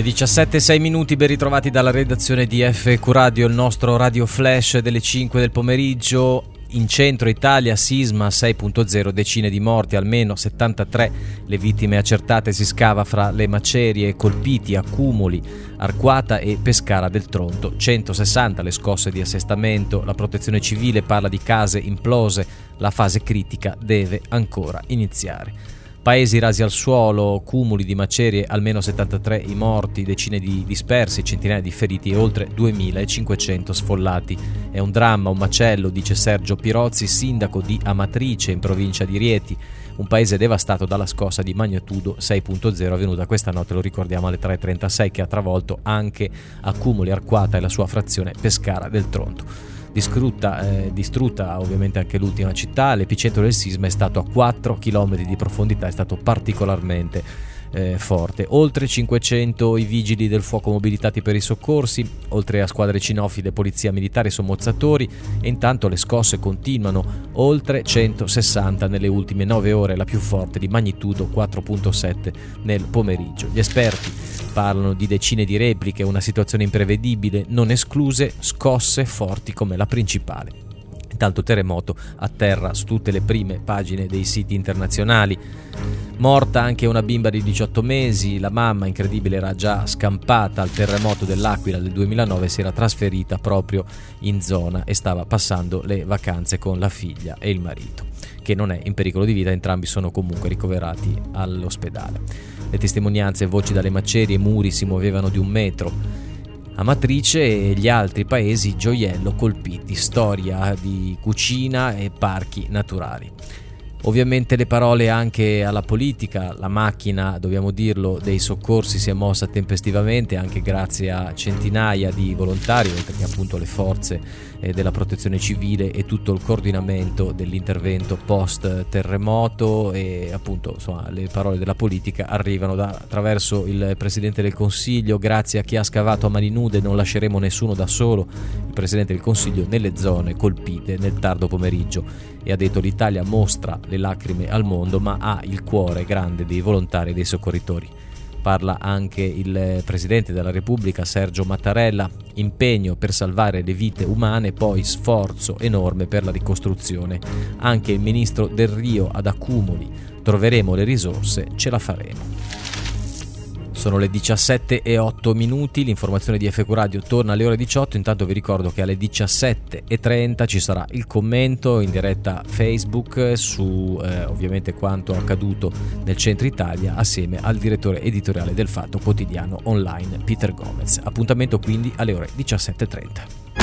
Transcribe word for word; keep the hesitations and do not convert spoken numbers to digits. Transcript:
diciassette e sei minuti, ben ritrovati dalla redazione di F Q Radio, il nostro radio flash delle cinque del pomeriggio. In centro Italia, sisma sei punto zero, decine di morti, almeno settantatré le vittime accertate. Si scava fra le macerie, colpiti, accumuli, Arquata e Pescara del Tronto. centosessanta le scosse di assestamento, la protezione civile parla di case implose, la fase critica deve ancora iniziare. Paesi rasi al suolo, cumuli di macerie, almeno settantatré i morti, decine di dispersi, centinaia di feriti e oltre duemilacinquecento sfollati. È un dramma, un macello, dice Sergio Pirozzi, sindaco di Amatrice in provincia di Rieti, un paese devastato dalla scossa di magnitudo sei punto zero avvenuta questa notte, lo ricordiamo, alle tre e trentasei, che ha travolto anche Accumuli, Arquata e la sua frazione Pescara del Tronto. Distrutta, eh, distrutta ovviamente anche l'ultima città. L'epicentro del sisma è stato a quattro chilometri di profondità, è stato particolarmente eh, forte. Oltre cinquecento i vigili del fuoco mobilitati per i soccorsi, oltre a squadre cinofile, polizia militare e sommozzatori, e intanto le scosse continuano, oltre centosessanta nelle ultime nove ore, la più forte di magnitudo quattro punto sette nel pomeriggio. Gli esperti parlano di decine di repliche, una situazione imprevedibile, non escluse scosse forti come la principale. Intanto terremoto atterra su tutte le prime pagine dei siti internazionali. Morta anche una bimba di diciotto mesi, la mamma, incredibile, era già scampata al terremoto dell'Aquila del duemilanove, si era trasferita proprio in zona e stava passando le vacanze con la figlia e il marito, che non è in pericolo di vita, entrambi sono comunque ricoverati all'ospedale. Le testimonianze e voci dalle macerie, muri si muovevano di un metro. Amatrice e gli altri paesi gioiello colpiti, storia di cucina e parchi naturali. Ovviamente le parole anche alla politica, la macchina, dobbiamo dirlo, dei soccorsi si è mossa tempestivamente anche grazie a centinaia di volontari, oltre che appunto le forze eh, della protezione civile e tutto il coordinamento dell'intervento post terremoto. E appunto insomma le parole della politica arrivano da, attraverso il Presidente del Consiglio: grazie a chi ha scavato a mani nude, non lasceremo nessuno da solo. Il Presidente del Consiglio nelle zone colpite nel tardo pomeriggio, e ha detto: l'Italia mostra le lacrime al mondo ma ha il cuore grande dei volontari e dei soccorritori. Parla anche il Presidente della Repubblica Sergio Mattarella: impegno per salvare le vite umane, poi sforzo enorme per la ricostruzione. Anche il Ministro Del Rio ad Accumuli: troveremo le risorse, ce la faremo. Sono le diciassette e otto minuti, l'informazione di F Q Radio torna alle ore diciotto. Intanto vi ricordo che alle diciassette e trenta ci sarà il commento in diretta Facebook su eh, ovviamente quanto accaduto nel centro Italia, assieme al direttore editoriale del Fatto Quotidiano Online Peter Gomez. Appuntamento quindi alle ore diciassette e trenta.